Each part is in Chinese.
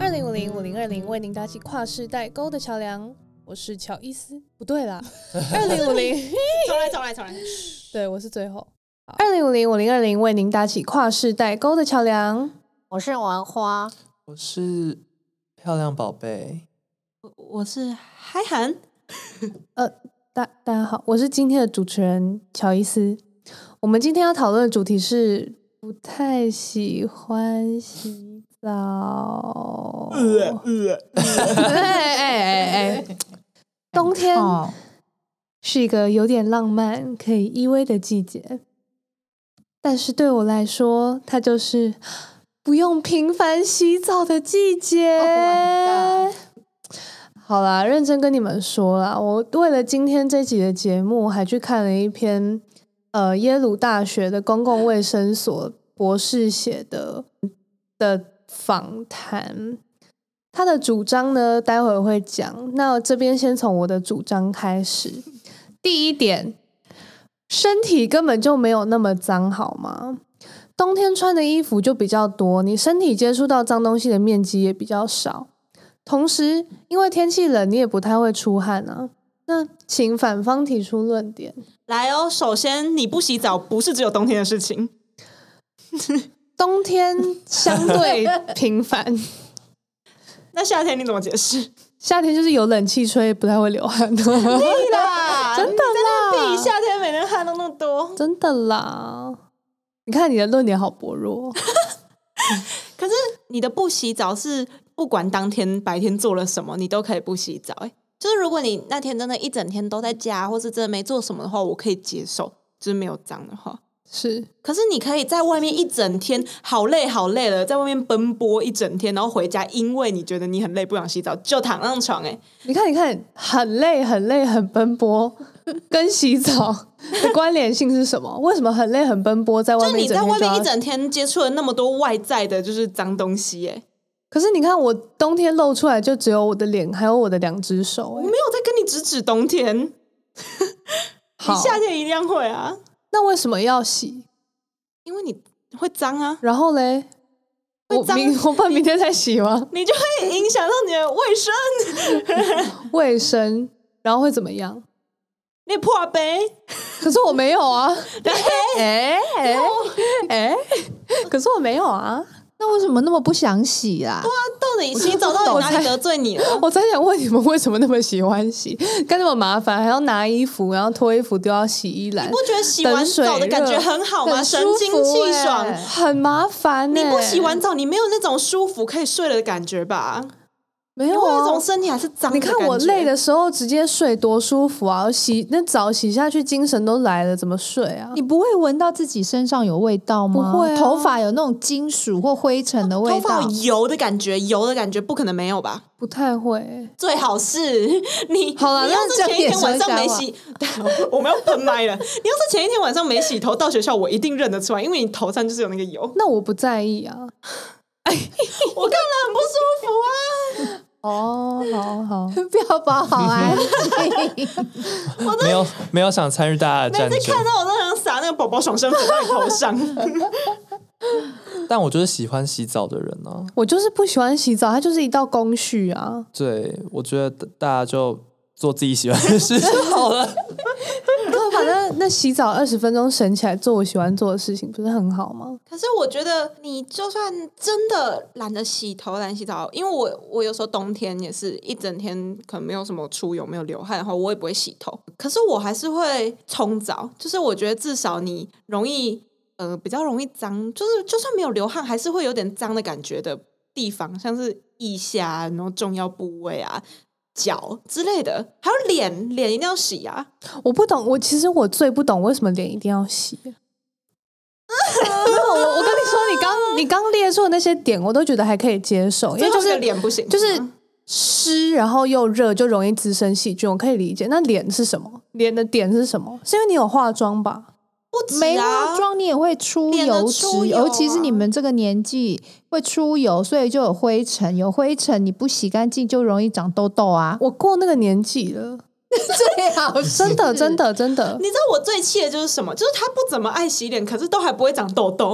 2050为您搭起跨世代沟的桥梁。我是乔伊斯，不对啦，2050 重来。 对，我是最后。2050为您搭起跨世代沟的桥梁。 我是玩花， 我是漂亮宝贝， 我是嗨涵。 大家好，我是今天的主持人乔伊斯。我们今天要讨论的主题是不太喜欢洗澡。冬天是一个有点浪漫可以依偎的季节，但是对我来说它就是不用频繁洗澡的季节。好啦，认真跟你们说啦，我为了今天这集的节目还去看了一篇耶鲁大学的公共卫生所博士写的访谈。他的主张呢待会会讲，那这边先从我的主张开始。第一点，身体根本就没有那么脏好吗？冬天穿的衣服就比较多，你身体接触到脏东西的面积也比较少，同时因为天气冷你也不太会出汗啊。那请反方提出论点。 来哦，首先你不洗澡不是只有冬天的事情， 冬天相对频繁。 那夏天你怎么解释？ 夏天就是有冷气吹不太会流汗的。 屁啦， 真的啦， 屁，夏天每天汗都那么多， 真的啦。你看你的论点好薄弱。 可是你的不洗澡是不管当天白天做了什么你都可以不洗澡。就是如果你那天真的一整天都在家，或是真的没做什么的话，我可以接受，就是没有脏的话是。 可是你可以在外面一整天好累了，在外面奔波一整天，然后回家因为你觉得你很累不想洗澡就躺上床。 你看很累很奔波跟洗澡的关联性是什么？为什么很累很奔波在外面一整天就要？ 就你在外面一整天接触了那么多外在的就是脏东西。 可是你看我冬天露出来就只有我的脸还有我的2只手。 我没有在跟你指冬天。你夏天一样会啊。 那为什么要洗？ 因为你会脏啊。 然后嘞，我不明天再洗吗？ 你就会影响到你的卫生，然后会怎么样？ 你破杯。 可是我没有啊。可是我没有啊。 那为什么那么不想洗啊？ 对啊，到底洗澡到底哪里得罪你了？ 我才想问你们为什么那么喜欢洗，干那么麻烦，还要拿衣服，然后脱衣服丢到洗衣篮。 你不觉得洗完澡的感觉很好吗？神清气爽， 很麻烦。 你不洗完澡，你没有那种舒服可以睡了的感觉吧？ 没有啊， 你会有一种身体还是脏的感觉。 你看我累的时候直接睡多舒服啊！那澡洗下去精神都来了，怎么睡啊？ 你不会闻到自己身上有味道吗？ 不会啊。 头发有那种金属或灰尘的味道， 头发有油的感觉不可能没有吧？ 不太会。 最好是你好了， 你要是前一天晚上没洗，我们要喷麦了。你要是前一天晚上没洗头到学校，我一定认得出来，因为你头上就是有那个油。 那我不在意啊。 我看了很不舒服啊。 好， 不要保好安静。 没有想参与大家的战争。 每次看到我都想撒那个宝宝爽身粉在你头上。 但我就是喜欢洗澡的人啊。 我就是不喜欢洗澡，它就是一道工序啊。 对，我觉得大家就做自己喜欢的事就好了。 反正那洗澡20分钟省起来做我喜欢做的事情，不是很好吗？ 可是我觉得你就算真的懒得洗头懒得洗澡，因为我有时候冬天也是一整天可能没有什么出油没有流汗的话，我也不会洗头，可是我还是会冲澡。就是我觉得至少你容易比较容易脏，就是就算没有流汗还是会有点脏的感觉的地方，像是腋下然后重要部位啊脚之类的，还有脸一定要洗啊。 我不懂，其实我最不懂为什么脸一定要洗。我跟你说，你刚列出的那些点我都觉得还可以接受，因为就是脸不行， 就是湿然后又热就容易滋生细菌，我可以理解。那脸是什么？脸的点是什么？是因为你有化妆吧？ 不止啊， 没化妆你也会出油脂，尤其是你们这个年纪会出油，所以就有灰尘，有灰尘你不洗干净就容易长痘痘啊。 我过那个年纪了。 最好真的。 你知道我最气的就是什么？就是他不怎么爱洗脸，可是都还不会长痘痘。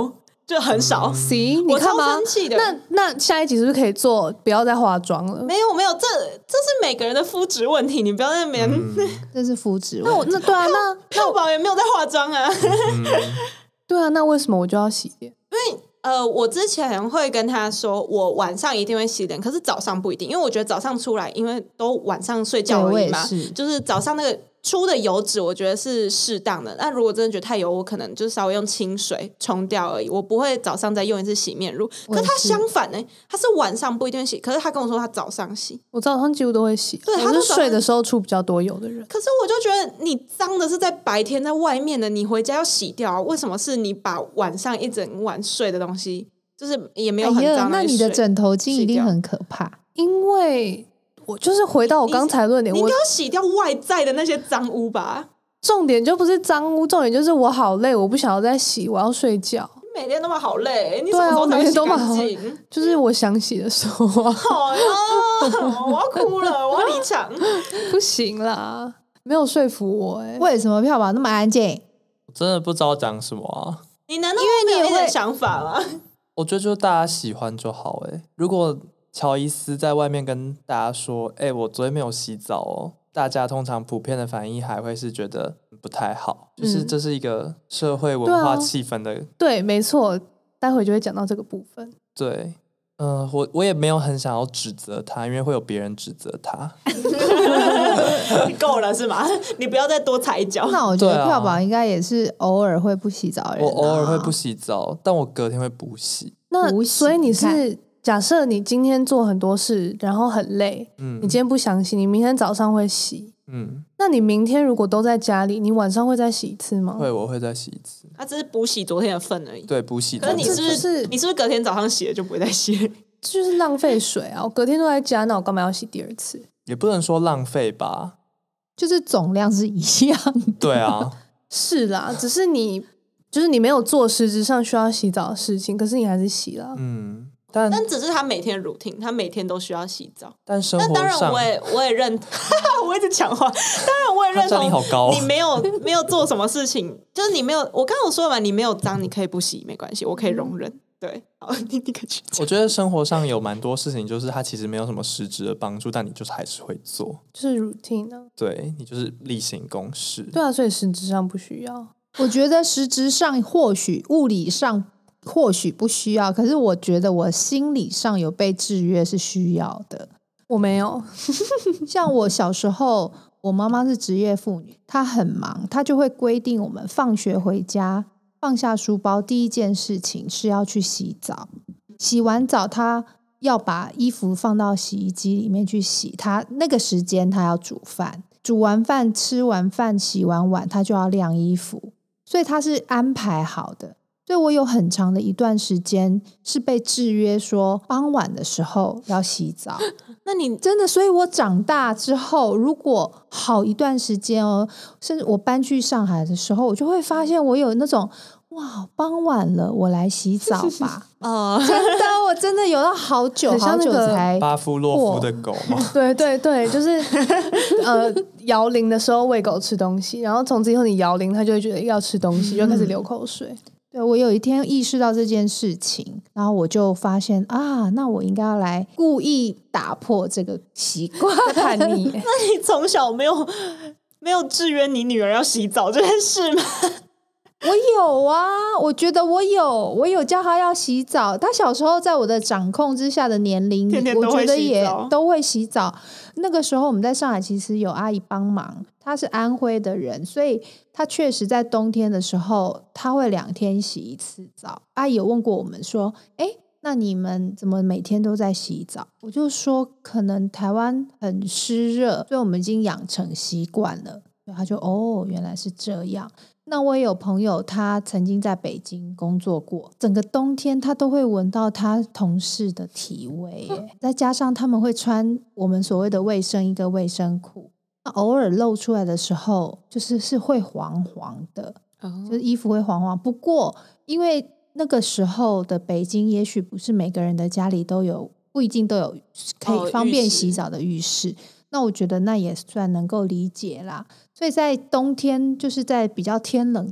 就很少。 行，你我超看吗？ 生气的。 那下一集是不是可以做不要再化妆了？ 没有，这是每个人的肤质问题，你不要在那边。 这是肤质那我问题。 那对啊， 票宝也没有在化妆啊。 对啊，那为什么我就要洗脸？ 我之前会跟他说，我晚上一定会洗脸，可是早上不一定，因为我觉得早上出来，因为都晚上睡觉而已嘛，就是早上那个出的油脂，我觉得是适当的。那如果真的觉得太油，我可能就是稍微用清水冲掉而已，我不会早上再用一次洗面乳。可是他相反呢，他是晚上不一定会洗，可是他跟我说他早上洗。 我早上几乎都会洗， 对， 我是睡的时候出比较多油的人。 可是我就觉得你脏的是在白天在外面的，你回家要洗掉啊。为什么是你把晚上一整晚睡的东西，就是也没有很脏那你的枕头巾一定很可怕。 因为我就是回到我刚才论点， 你应该要洗掉外在的那些脏污吧。 重点就不是脏污，重点就是我好累，我不想要再洗，我要睡觉。 你每天都嘛好累，你什对啊， 么时候才会洗干净？ 就是我想洗的时候啊。 好呀，我要哭了，我要离场。 不行啦，没有说服我为什么票宝那么安静？ 我真的不知道讲什么啊。 你难道没有一点想法吗？ 我觉得就大家喜欢就好。如果乔伊斯在外面跟大家说我昨天没有洗澡哦，大家通常普遍的反应还会是觉得不太好，就是这是一个社会文化气氛的。 对，没错，待会就会讲到这个部分。 对，我也没有很想要指责他，因为会有别人指责他。 你够了是吗？你不要再多踩一脚。 那我觉得票宝应该也是偶尔会不洗澡的人。 我偶尔会不洗澡，但我隔天会补洗。 那所以你是假设你今天做很多事，然后很累，你今天不想洗，你明天早上会洗。那你明天如果都在家里，你晚上会再洗一次吗？ 会，我会再洗一次。 他只是补洗昨天的份而已。 对，补洗。 可是你是不是隔天早上洗了就不会再洗了？ 就是浪费水啊！我隔天都在家，那我干嘛要洗第二次？ 也不能说浪费吧， 就是总量是一样的。 对啊， 是啦，只是你就是你没有做实质上需要洗澡的事情，可是你还是洗了。 但只是他每天 routine， 他每天都需要洗澡。 但生活上， 当然我也认，我一直讲话。当然我也认同， 你好高， 你没有做什么事情，就是你没有。我刚刚有说了嘛，你没有脏，你可以不洗没关系，我可以容忍。对，好，你可以去讲。 我觉得生活上有蛮多事情，就是它其实没有什么实质的帮助，但你就是还是会做， 就是 routine 啊。 对，你就是例行公事。 对啊，所以实质上不需要。 我觉得实质上或许物理上或许不需要，可是我觉得我心理上有被制约是需要的。 我没有。 像我小时候，我妈妈是职业妇女，她很忙，她就会规定我们放学回家放下书包第一件事情是要去洗澡，洗完澡她要把衣服放到洗衣机里面去洗，她那个时间她要煮饭，煮完饭吃完饭洗完碗她就要晾衣服，所以她是安排好的。所以我有很长的一段时间是被制约说傍晚的时候要洗澡。 那你真的，所以我长大之后，如果好一段时间哦，甚至我搬去上海的时候，我就会发现我有那种哇，傍晚了，我来洗澡吧。真的，我真的有到好久好久才巴夫洛夫的狗吗？ 对对对，就是摇铃的时候喂狗吃东西，然后从此以后你摇铃，它就会觉得要吃东西，就开始流口水。 对，我有一天意识到这件事情，然后我就发现啊，那我应该要来故意打破这个习惯。 叛逆那你从小没有制约你女儿要洗澡这件事吗？ 我有啊，我觉得我有叫她要洗澡。她小时候在我的掌控之下的年龄， 天天都会我觉得也洗澡都会洗澡。那个时候我们在上海其实有阿姨帮忙，她是安徽的人，所以她确实在冬天的时候，她会2天洗一次澡。阿姨有问过我们说，那你们怎么每天都在洗澡？我就说可能台湾很湿热，所以我们已经养成习惯了。她就原来是这样。那我也有朋友，他曾经在北京工作过，整个冬天他都会闻到他同事的体味耶，再加上他们会穿我们所谓的卫生衣跟卫生裤，那偶尔露出来的时候是会黄黄的，就是衣服会黄黄。不过因为那个时候的北京也许不是每个人的家里都有，不一定都有可以方便洗澡的浴室，那我觉得那也算能够理解啦。所以在冬天，就是在比较天冷的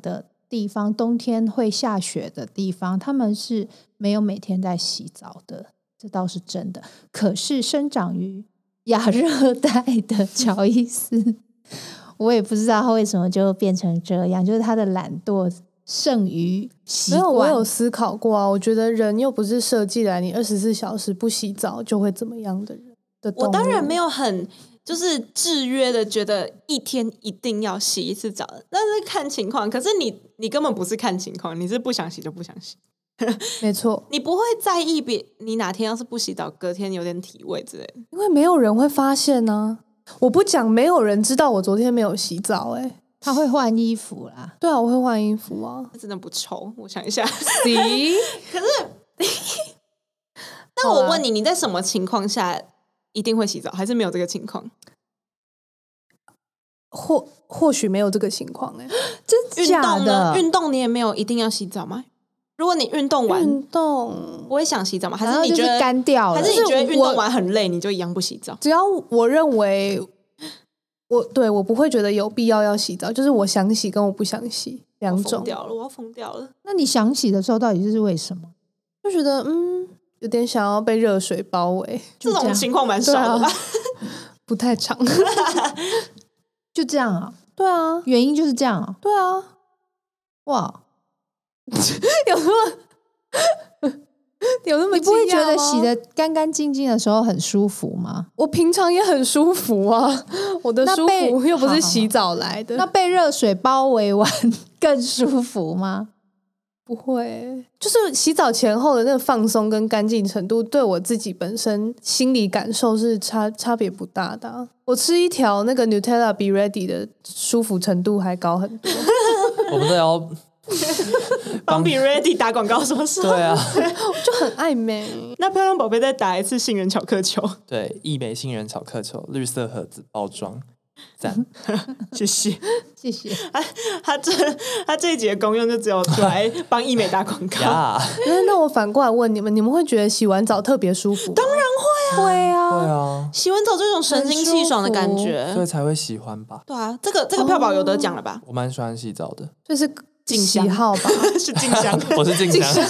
地方，冬天会下雪的地方，他们是没有每天在洗澡的，这倒是真的。可是生长于亚热带的乔伊斯，我也不知道他为什么就变成这样，就是他的懒惰胜于习惯。 没有，我有思考过啊。我觉得人又不是设计来你24小时不洗澡就会怎么样的人的动物。 我当然没有很就是制约的觉得一天一定要洗一次澡，但是看情况。可是你根本不是看情况，你是不想洗就不想洗。 没错， 你不会在意你哪天要是不洗澡，隔天有点体味之类的。 因为没有人会发现呢、我不讲，没有人知道我昨天没有洗澡、欸。 他会换衣服啦。 对啊，我会换衣服啊。 真的不臭，我想一下。 洗， 可是，那我问你，你在什么情况下一定会洗澡，还是没有这个情况？ 或许没有这个情况哎、 真假的？ 运动你也没有一定要洗澡吗？如果你运动完运动不会想洗澡吗？还然后就是你觉得干掉了？ 还是你觉得运动完很累，你就一样不洗澡？ 只要我认为我不会觉得有必要洗澡，就是我想洗跟我不想洗两种。 我要疯掉了。 那你想洗的时候到底是为什么？ 就觉得有点想要被热水包围， 这种情况蛮少的吧？ 不太长。 就这样啊？ 对啊， 原因就是这样啊？ 对啊， 哇， 有那么有那么你不会觉得惊讶吗洗的干干净净的时候很舒服吗？ 我平常也很舒服啊，我的舒服又不是洗澡来的。 那被热水包围完更舒服吗？ 不会，就是洗澡前后的那个放松跟干净程度，对我自己本身心理感受是差别不大的啊、我吃一条那个 Nutella Be Ready 的舒服程度还高很多。 我们都要帮 Be Ready 打广告说是？ 对啊， 就很爱美。 那漂亮宝贝再打一次杏仁巧克球， 对，益美杏仁巧克球，绿色盒子包装，赞。 谢谢。 谢谢。 他这一集的功用就只有出来帮益美打广告。 呀， 那我反过来问你们，你们会觉得洗完澡特别舒服吗？当然会啊， 对啊， 洗完澡就有一种神清气爽的感觉所以。才会喜欢吧？ 对啊，这个票宝有得奖了吧？ 我蛮喜欢洗澡的， 这是喜好吧？ 是静香。 我是静香。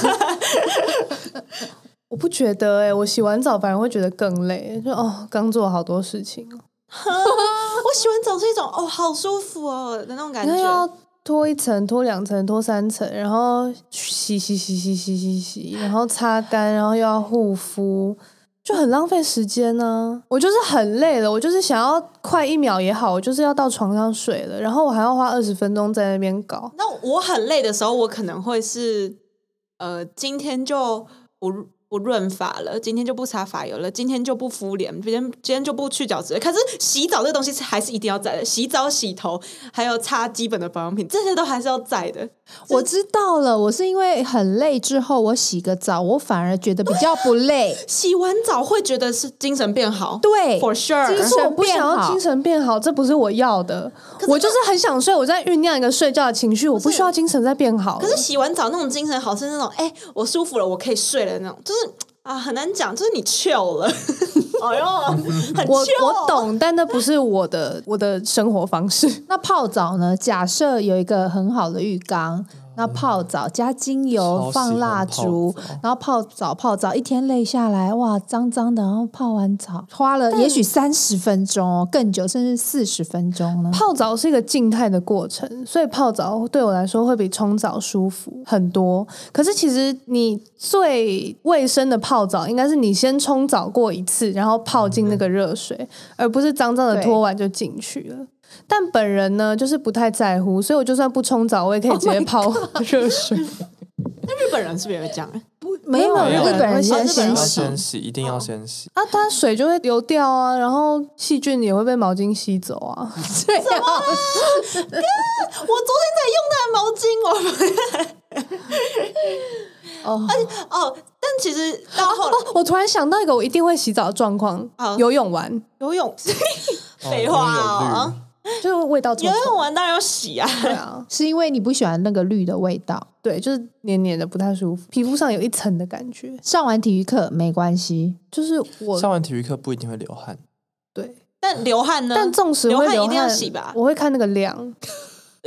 我不觉得我洗完澡反而会觉得更累，就刚做了好多事情哦。 我洗完澡是一种好舒服的那种感觉。 你看要脱一层、脱2层、脱3层，然后洗，然后擦干，然后又要护肤，就很浪费时间呢、我就是很累了，我就是想要快1秒也好，我就是要到床上睡了，然后我还要花20分钟在那边搞。 那我很累的时候，我可能会是今天就不润发了，今天就不擦发油了，今天就不敷脸，今天就不去角质。可是洗澡这个东西还是一定要在的，洗澡、洗头，还有擦基本的保养品，这些都还是要在的。 我知道了，我是因为很累之后，我洗个澡，我反而觉得比较不累。 洗完澡会觉得是精神变好， 对 ，for sure。 精可是我神变不想要好精神变好，这不是我要的。我就是很想睡，我在酝酿一个睡觉的情绪，我不需要精神再变好了。 可是洗完澡那种精神好是那种，我舒服了，我可以睡了那种，就是很难讲，就是你 chill 了。哎呦，很 chill。 我懂，但那不是我的生活方式。 那泡澡呢？假设有一个很好的浴缸，那泡澡加精油，放蜡烛，然后泡澡，一天累下来，哇，脏脏的，然后泡完澡花了也许30分钟更久，甚至40分钟呢。 泡澡是一个静态的过程，所以泡澡对我来说会比冲澡舒服很多。可是其实你最卫生的泡澡应该是你先冲澡过一次，然后泡进那个热水，而不是脏脏的脱完就进去了。但本人呢，就是不太在乎，所以我就算不冲澡，我也可以直接泡热水。 那日本人是不是也会这样？ 没有， 没有日本人日本人先要洗。 先洗，一定要先洗。 啊，它水就会流掉啊，然后细菌也会被毛巾吸走啊。 对啊， 我昨天才用的毛巾但其实到后来我突然想到一个我一定会洗澡的状况，游泳完游泳，废话就是味道臭游臭泳完当然要洗啊。 对啊， 是因为你不喜欢那个绿的味道。 对，就是黏黏的不太舒服，皮肤上有一层的感觉。 上完体育课没关系， 就是我上完体育课不一定会流汗， 对， 但流汗呢？ 但纵使会流汗一定要汗洗吧？ 我会看那个量。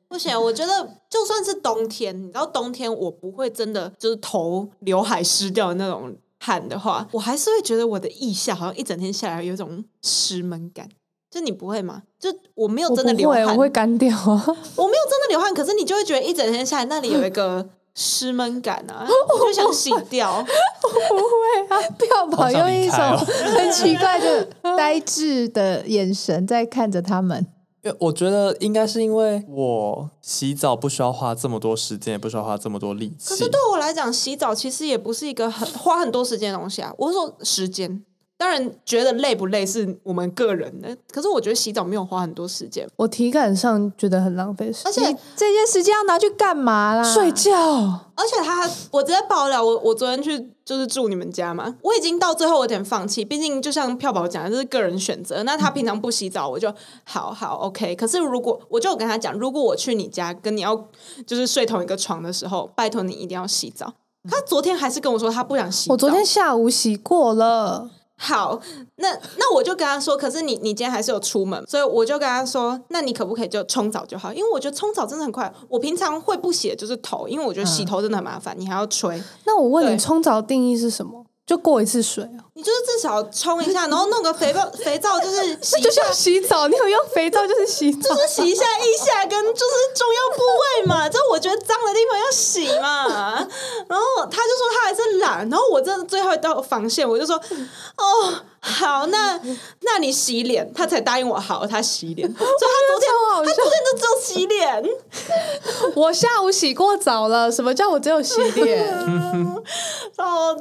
不行，我觉得就算是冬天，你知道冬天我不会真的就是头刘海湿掉的那种汗的话，我还是会觉得我的腋下好像一整天下来有一种湿闷感。就你不会吗？就我没有真的流汗， 我会干掉啊。 我没有真的流汗，可是你就会觉得一整天下来那里有一个湿闷感啊，我就想洗掉。 不会啊，票宝用一种很奇怪的呆滞的眼神在看着他们。 因为我觉得应该是因为我洗澡不需要花这么多时间，也不需要花这么多力气。 可是对我来讲，洗澡其实也不是一个花很多时间的东西啊。我是说时间，当然觉得累不累是我们个人的，可是我觉得洗澡没有花很多时间。 我体感上觉得很浪费时间， 而且你这些时间要拿去干嘛啦？ 睡觉。 而且我直接爆料，我昨天去就是住你们家嘛，我已经到最后我有点放弃，毕竟就像票宝讲的，这是个人选择。那他平常不洗澡，我就好 OK。可是如果我就有跟他讲，如果我去你家跟你要就是睡同一个床的时候，拜托你一定要洗澡。他昨天还是跟我说他不想洗澡， 我昨天下午洗过了。 好，那我就跟他说，可是你今天还是有出门，所以我就跟他说，那你可不可以就冲澡就好？因为我觉得冲澡真的很快。我平常会不洗的就是头，因为我觉得洗头真的很麻烦，你还要吹。 那我问你， 对冲澡定义是什么？就过一次水啊？ 你就是至少冲一下，然后弄个肥皂，就是洗一下， 就像洗澡，你有用肥皂就是洗澡， 就是洗一下腋下跟就是重要部位嘛。就我觉得脏的地方要洗嘛。然后他就说他还是懒，然后我真的最后一道防线，我就说哦。好，那你洗脸，他才答应我好，他洗脸，所以他昨天就只有洗脸。 我下午洗过澡了，什么叫我只有洗脸？ 哦，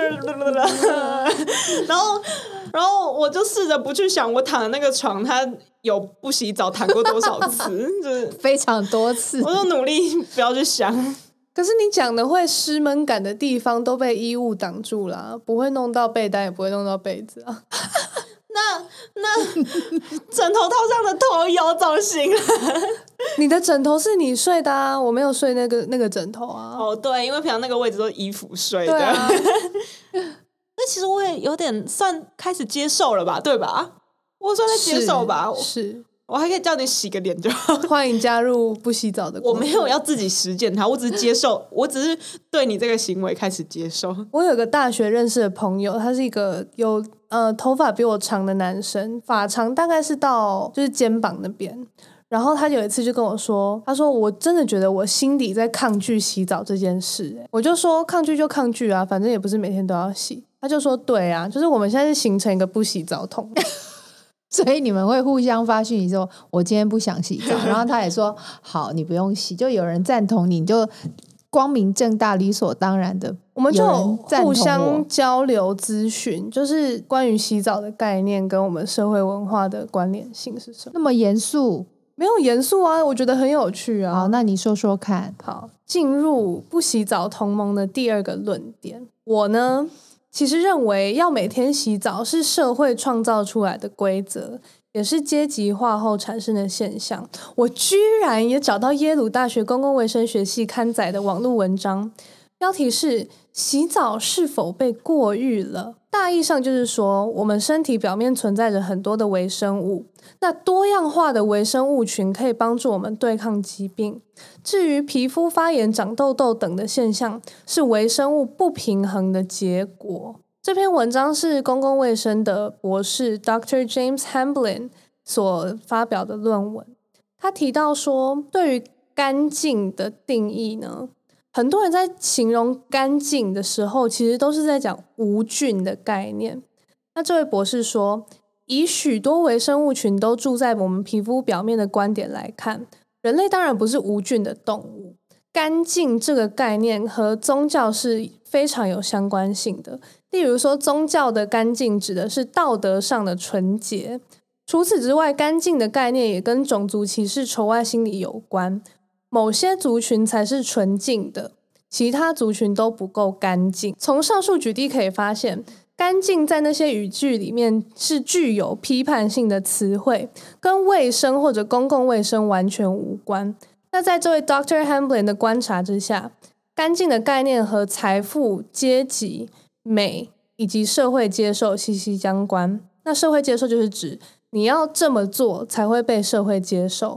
然后我就试着不去想，我躺的那个床，他有不洗澡躺过多少次，就是非常多次。 我就努力不要去想。 可是你讲的会湿闷感的地方都被衣物挡住了，不会弄到被单，也不会弄到被子啊。 那枕头套上的头油总行了。 你的枕头是你睡的啊，我没有睡那个枕头啊。 哦，对，因为平常那个位置都是衣服睡的。 对啊。 那其实我也有点算开始接受了吧，对吧？我算在接受吧。 是。 我还可以叫你洗个脸就好。 欢迎加入不洗澡的。 我没有要自己实践它，我只是接受，我只是对你这个行为开始接受。 我有个大学认识的朋友，他是一个有头发比我长的男生，发长大概是到就是肩膀那边。然后他有一次就跟我说，他说我真的觉得我心底在抗拒洗澡这件事。我就说抗拒就抗拒啊，反正也不是每天都要洗。他就说对啊，就是我们现在是形成一个不洗澡桶。 所以你们会互相发讯息说我今天不想洗澡，然后他也说好你不用洗，就有人赞同你，就光明正大理所当然的， 我们就互互相交流资讯，就是关于洗澡的概念跟我们社会文化的关联性是什么。 那么严肃？ 没有严肃啊，我觉得很有趣啊。 好，那你说说看。 好，进入不洗澡同盟的第二个论点，我呢其实认为要每天洗澡是社会创造出来的规则，也是阶级化后产生的现象。我居然也找到耶鲁大学公共卫生学系刊载的网络文章，标题是洗澡是否被过誉了。大意上就是说，我们身体表面存在着很多的微生物，那多样化的微生物群可以帮助我们对抗疾病。至于皮肤发炎、长痘痘等的现象，是微生物不平衡的结果。这篇文章是公共卫生的博士 Dr. James Hamblin 所发表的论文。他提到说，对于干净的定义呢，很多人在形容干净的时候，其实都是在讲无菌的概念。那这位博士说，以许多微生物群都住在我们皮肤表面的观点来看，人类当然不是无菌的动物。干净这个概念和宗教是非常有相关性的。例如说，宗教的干净指的是道德上的纯洁。除此之外，干净的概念也跟种族歧视、仇外心理有关。某些族群才是纯净的，其他族群都不够干净。从上述举例可以发现，干净在那些语句里面是具有批判性的词汇，跟卫生或者公共卫生完全无关。那在这位 Dr. Hamblin 的观察之下，干净的概念和财富、阶级、美以及社会接受息息相关。那社会接受就是指你要这么做才会被社会接受。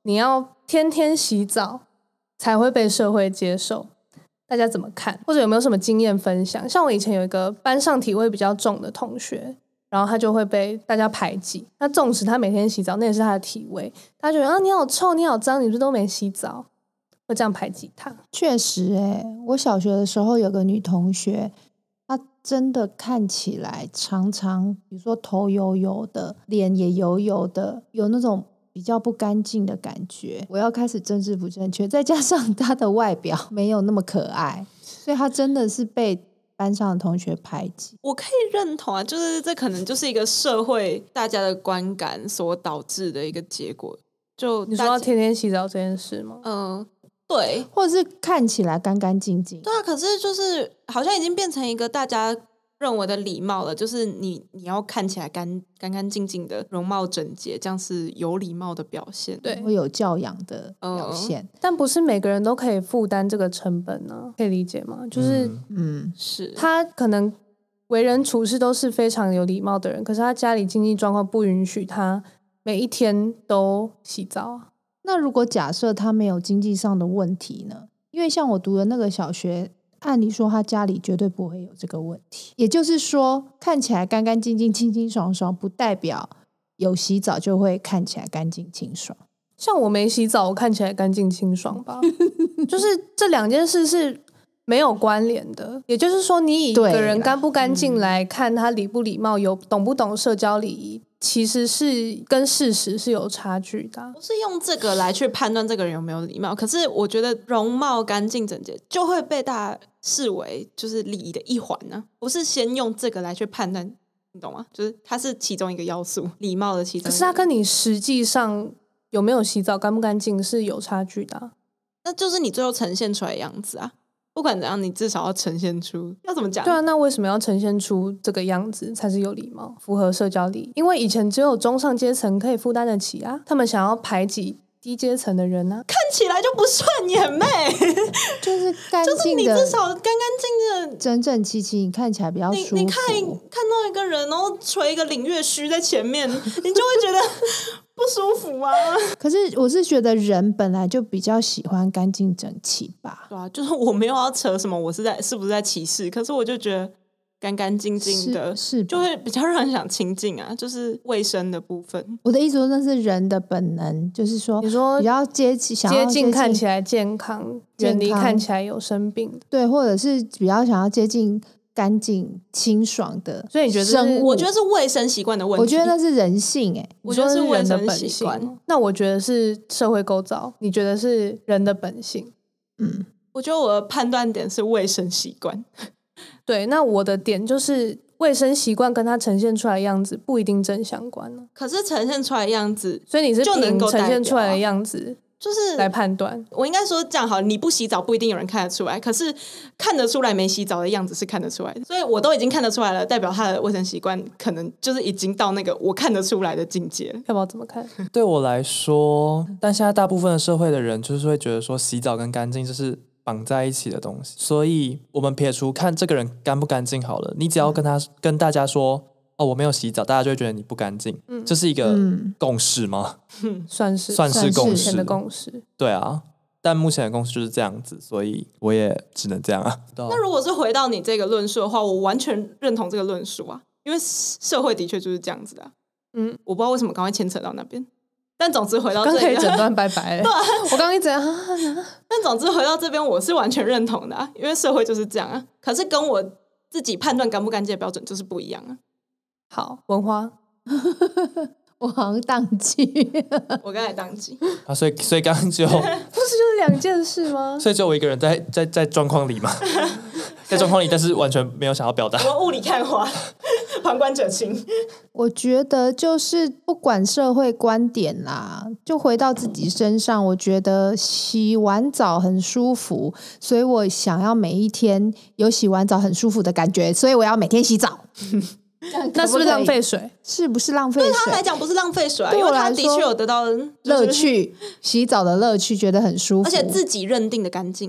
你要天天洗澡才会被社会接受，大家怎么看？或者有没有什么经验分享？像我以前有一个班上体味比较重的同学，然后他就会被大家排挤。那纵使他每天洗澡，那也是他的体味，他觉得啊你好臭，你好脏，你是不是都没洗澡？会这样排挤他。 确实我小学的时候有个女同学，她真的看起来常常比如说头油油的，脸也油油的，有那种比较不干净的感觉。我要开始政治不正确，再加上她的外表没有那么可爱，所以她真的是被班上的同学排挤。 我可以认同啊，就是这可能就是一个社会大家的观感所导致的一个结果。就你说要天天洗澡这件事吗？ 对， 或者是看起来干干净净。 对啊，可是就是好像已经变成一个大家认为的礼貌了，就是你要看起来干净净的，容貌整洁，这样是有礼貌的表现。 对， 会有教养的表现。 但不是每个人都可以负担这个成本呢，可以理解吗？就是是他可能为人处事都是非常有礼貌的人，可是他家里经济状况不允许他每一天都洗澡啊。 那如果假设他没有经济上的问题呢？因为像我读的那个小学，按理说他家里绝对不会有这个问题。也就是说，看起来干干净净、清清爽爽，不代表有洗澡就会看起来干净清爽。 像我没洗澡，我看起来干净清爽吧？就是这两件事是没有关联的。也就是说，你以一个人干不干净来看他礼不礼貌，懂不懂社交礼仪，其实是跟事实是有差距的。 不是用这个来去判断这个人有没有礼貌，可是我觉得容貌干净整洁就会被大家视为就是礼仪的一环呢，不是先用这个来去判断，你懂吗？就是它是其中一个要素，礼貌的其中一个。 可是它跟你实际上有没有洗澡干不干净是有差距的那就是你最后呈现出来的样子啊。不管怎样，你至少要呈现出，要怎么讲？ 对啊，那为什么要呈现出这个样子才是有礼貌、符合社交礼仪？因为以前只有中上阶层可以负担得起啊，他们想要排挤低阶层的人啊， 看起来就不顺眼妹， 就是干就是净的， 你至少干干净的、 整整齐齐，你看起来比较舒服。 你看到一个人，然后垂一个领月须在前面，你就会觉得不舒服啊。 可是我是觉得人本来就比较喜欢干净整齐吧。 对啊，就是我没有要扯什么，我是不是在歧视？可是我就觉得干干净净的， 是就会比较让人想亲近啊，就是卫生的部分。 我的意思说，那是人的本能，就是说， 你说比较接近看起来健康，远离看起来有生病的， 对，或者是比较想要接近干净清爽的， 所以你觉得我觉得是卫生习惯的问题。 我觉得那是人性我觉得是卫人的生本性习惯。 那我觉得是社会构造，你觉得是人的本性？ 我觉得我的判断点是卫生习惯。 对，那我的点就是卫生习惯跟它呈现出来的样子不一定正相关呢。 可是呈现出来的样子， 所以你是凭就能够呈现出来的代表啊样子就是来判断。 我应该说这样好，你不洗澡不一定有人看得出来，可是看得出来没洗澡的样子是看得出来的，所以我都已经看得出来了，代表他的卫生习惯可能就是已经到那个我看得出来的境界了。 要不要怎么看？ 对我来说，但现在大部分的社会的人就是会觉得说洗澡跟干净就是绑在一起的东西，所以我们撇除看这个人干不干净好了，你只要跟大家说哦我没有洗澡，大家就会觉得你不干净，这是一个共识吗？ 算是共识， 目前的共识。 对啊，但目前的共识就是这样子，所以我也只能这样啊。 那如果是回到你这个论述的话，我完全认同这个论述啊，因为社会的确就是这样子的啊。我不知道为什么刚才牵扯到那边。但总之回到这里， 刚可以整段拜拜了。我刚刚一直但总之回到这边，我是完全认同的啊，因为社会就是这样啊。可是跟我自己判断干不干净的标准就是不一样啊。 好，文花， 我好像宕机， 我刚才宕机啊，所以刚刚就不是就是两件事吗？ 所以就我一个人在状况里嘛，在状况里，但是完全没有想要表达。 我雾里看花，旁观者清。 我觉得就是不管社会观点啦，就回到自己身上，我觉得洗完澡很舒服，所以我想要每一天有洗完澡很舒服的感觉，所以我要每天洗澡。 那是不是浪费水？ 是不是浪费水？ 对他来讲不是浪费水啊， 对因为他我来说的确有得到乐趣，洗澡的乐趣，觉得很舒服， 而且自己认定的干净。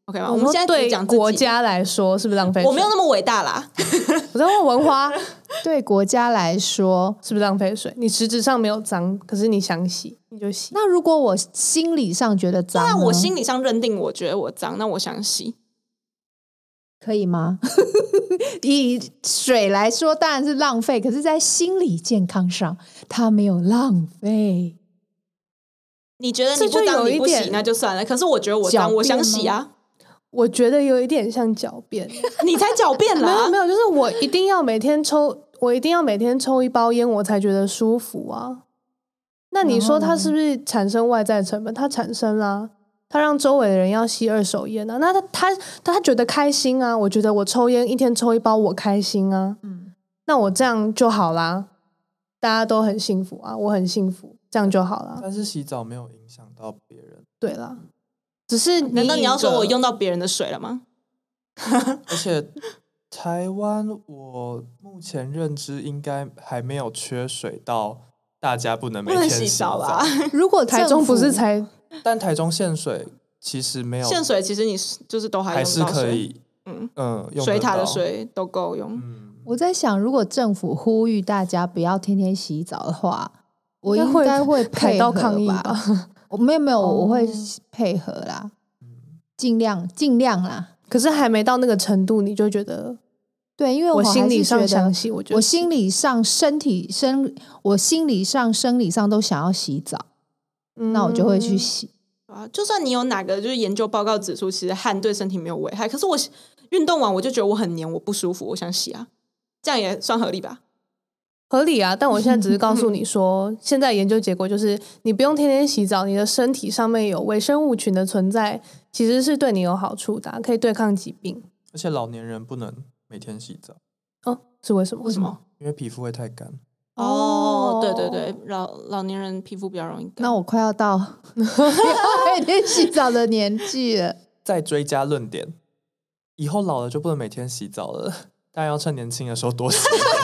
OK 吗？我们现在只对讲自己国，家来说是不是浪费水？ 我没有那么伟大啦。 我在问文花对国家来说， 是不是浪费水？你实质上没有脏，可是你想洗你就洗。 那如果我心理上觉得脏呢， 当然，我心理上认定我觉得我脏，那我想洗。 可以吗？以水来说当然是浪费，可是在心理健康上它没有浪费。 你觉得你这就不脏你不有一点洗那就算了，可是我觉得我脏， 狡辩我想洗啊。 我觉得有一点像狡辩， 你才狡辩没啦！ 有没有，就是我一定要每天抽一包烟，我才觉得舒服啊。那你说它是不是产生外在成本？它产生啦，它让周围的人要吸二手烟啊。那他觉得开心啊，我觉得我抽烟一天抽一包，我开心啊。那我这样就好啦，大家都很幸福啊，我很幸福，这样就好啦。 但是洗澡没有影响到别人， 对啦，只是难道你要说我用？ 用到别人的水了吗？ 而且台湾我目前认知应该还没有缺水到大家不能每不能天洗澡澡吧？ 如果台中不是政府才但台中限水其实没有， 限水其实你就是都还还是用到水， 可以，用水塔的得到， 水都够用。 我在想，如果政府呼吁大家不要天天洗澡的话，我应会该会凯配合道抗议吧？ 吧？ 我没有， 哦我会配合啦，尽量啦。 可是还没到那个程度，你就觉得对，因为我还心理上是觉得想洗，我觉得我心理上、我心理上、生理上都想要洗澡，那我就会去洗。 就算你有哪个就是研究报告指出，其实汗对身体没有危害，可是我运动完我就觉得我很黏，我不舒服，我想洗啊，这样也算合理吧？ 合理啊。但我现在只是告诉你说，现在研究结果就是你不用天天洗澡，你的身体上面有微生物群的存在，其实是对你有好处的可以对抗疾病。 而且老年人不能每天洗澡， 是为什么？ 为什么？ 因为皮肤会太干。 对对对，老年人皮肤比较容易干。 那我快要到每天洗澡的年纪了。 再追加论点，以后老了就不能每天洗澡了，当然要趁年轻的时候多洗。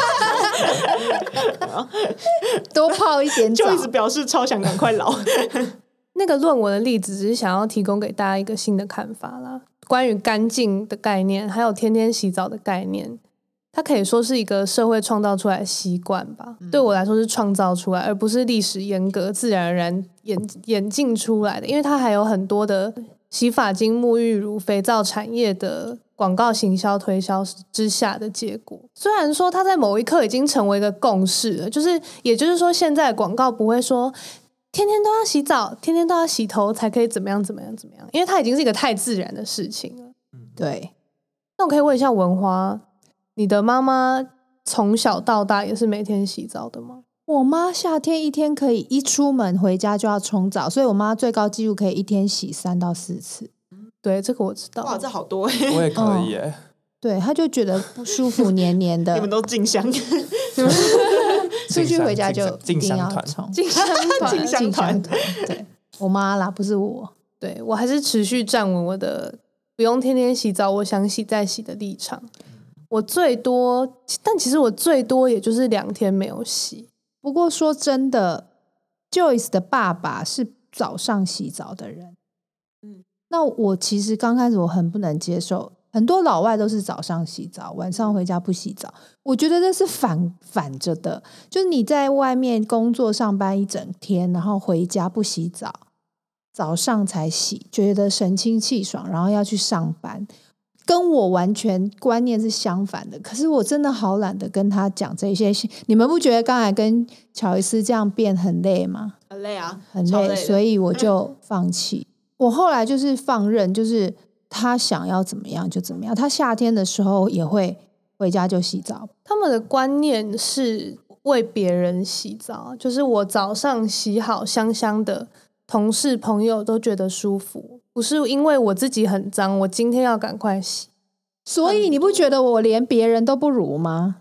多泡一点澡就一直表示超想赶快老。 那个论文的例子只是想要提供给大家一个新的看法啦，关于干净的概念，还有天天洗澡的概念，它可以说是一个社会创造出来的习惯吧。对我来说是创造出来，而不是历史严格自然而然演进出来的，因为它还有很多的洗发精、沐浴乳、肥皂产业的广告行销推销之下的结果。虽然说它在某一刻已经成为一个共识了，也就是说现在的广告不会说天天都要洗澡，天天都要洗头才可以怎么样怎么样怎么样，因为它已经是一个太自然的事情了。 对， 那我可以问一下文花，你的妈妈从小到大也是每天洗澡的吗？ 我妈夏天一天可以一出门回家就要冲澡，所以我妈最高纪录可以一天洗3到4次。 对，这个我知道。 哇，这好多我也可以耶。 对，她就觉得不舒服，黏黏的。 你们都静香。 出去回家就一定要团冲进香团， 进香团。 对，我妈啦，不是我。 对，我还是持续站稳我的不用天天洗澡，我想洗再洗的立场。我最多，但其实我最多也就是2天没有洗。 不过说真的 ，Joyce 的爸爸是早上洗澡的人。那我其实刚开始我很不能接受，很多老外都是早上洗澡，晚上回家不洗澡。我觉得这是反着的，就是你在外面工作上班一整天，然后回家不洗澡，早上才洗，觉得神清气爽，然后要去上班。跟我完全观念是相反的，可是我真的好懒得跟他讲这些。你们不觉得刚才跟乔伊斯这样变很累吗？ 很累啊， 很累， 超的所以我就放弃。我后来就是放任，就是他想要怎么样就怎么样。他夏天的时候也会回家就洗澡。 他们的观念是为别人洗澡，就是我早上洗好香香的，同事朋友都觉得舒服，不是因为我自己很脏，我今天要赶快洗。 所以你不觉得我连别人都不如吗？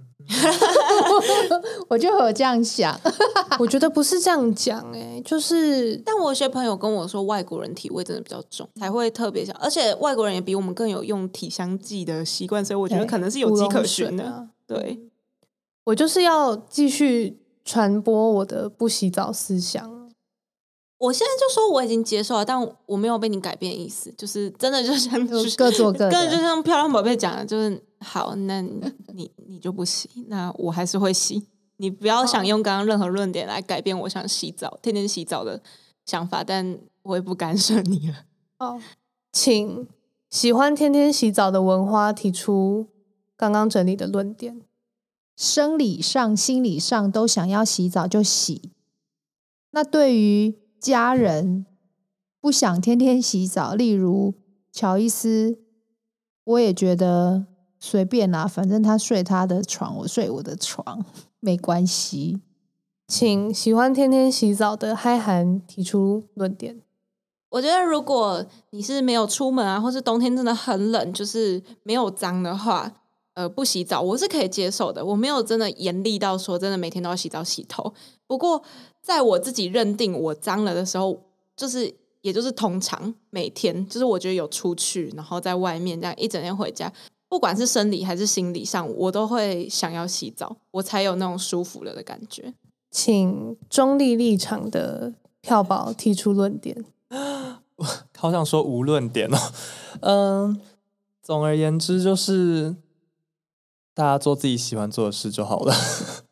我就有这样想。 我觉得不是这样讲就是但我有些朋友跟我说，外国人体味真的比较重，才会特别想，而且外国人也比我们更有用体香剂的习惯，所以我觉得可能是有迹可循的。对， 我就是要继续传播我的不洗澡思想。 我现在就说我已经接受了，但我没有被你改变的意思，就是真的就像就各做各的， 就像漂亮宝贝讲的，就是好，那你就不洗，那我还是会洗。你不要想用刚刚任何论点来改变我想洗澡、天天洗澡的想法，但我也不干涉你了。 好，请喜欢天天洗澡的文花提出刚刚整理的论点。 生理上、心理上都想要洗澡就洗。那对于家人不想天天洗澡，例如乔伊斯，我也觉得随便啦，反正他睡他的床，我睡我的床，没关系。 请喜欢天天洗澡的嗨涵提出论点。 我觉得如果你是没有出门啊，或是冬天真的很冷，就是没有脏的话，不洗澡我是可以接受的。我没有真的严厉到说真的每天都要洗澡洗头。不过在我自己认定我脏了的时候，也就是通常每天，就是我觉得有出去，然后在外面这样一整天回家，不管是生理还是心理上，我都会想要洗澡，我才有那种舒服了的感觉。 请中立立场的票宝提出论点。 好想说无论点哦。总而言之就是大家做自己喜欢做的事就好了。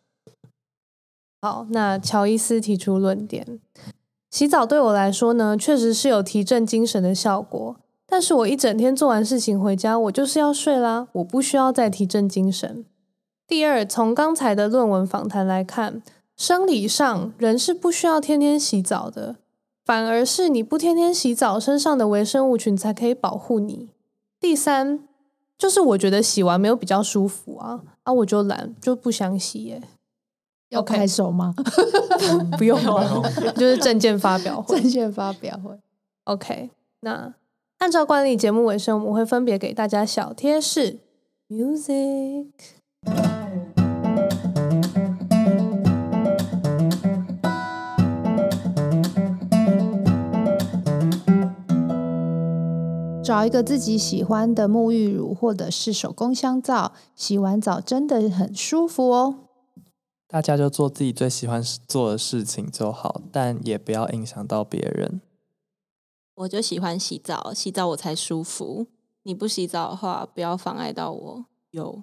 好，那乔伊斯提出论点。洗澡对我来说呢，确实是有提振精神的效果，但是我一整天做完事情回家，我就是要睡啦，我不需要再提振精神。第二，从刚才的论文访谈来看，生理上人是不需要天天洗澡的，反而是你不天天洗澡，身上的微生物群才可以保护你。第三，就是我觉得洗完没有比较舒服啊，我就懒，就不想洗耶。 要拍手吗？ 不用就是政见发表会。 证券发表会。 OK， 那按照惯例，节目尾声我们会分别给大家小贴士。Music。 找一个自己喜欢的沐浴乳或者是手工香皂，洗完澡真的很舒服哦。 大家就做自己最喜欢做的事情就好，但也不要影响到别人。 我就喜欢洗澡，洗澡我才舒服。你不洗澡的话，不要妨碍到我。有。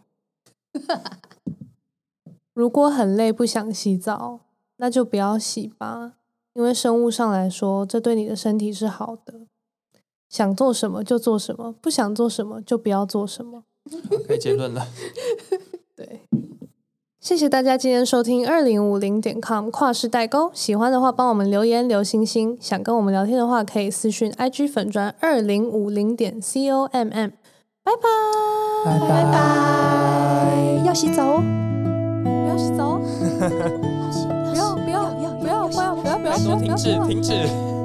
如果很累不想洗澡，那就不要洗吧，因为生物上来说，这对你的身体是好的。想做什么就做什么，不想做什么就不要做什么。 可以结论了。 对，谢谢大家今天收听2050.com 跨世代沟。喜欢的话帮我们留言留星星，想跟我们聊天的话可以私讯 IG 粉专2050.comm。拜拜， 拜拜， 要洗澡哦， 不要洗澡哦，不要， 停止。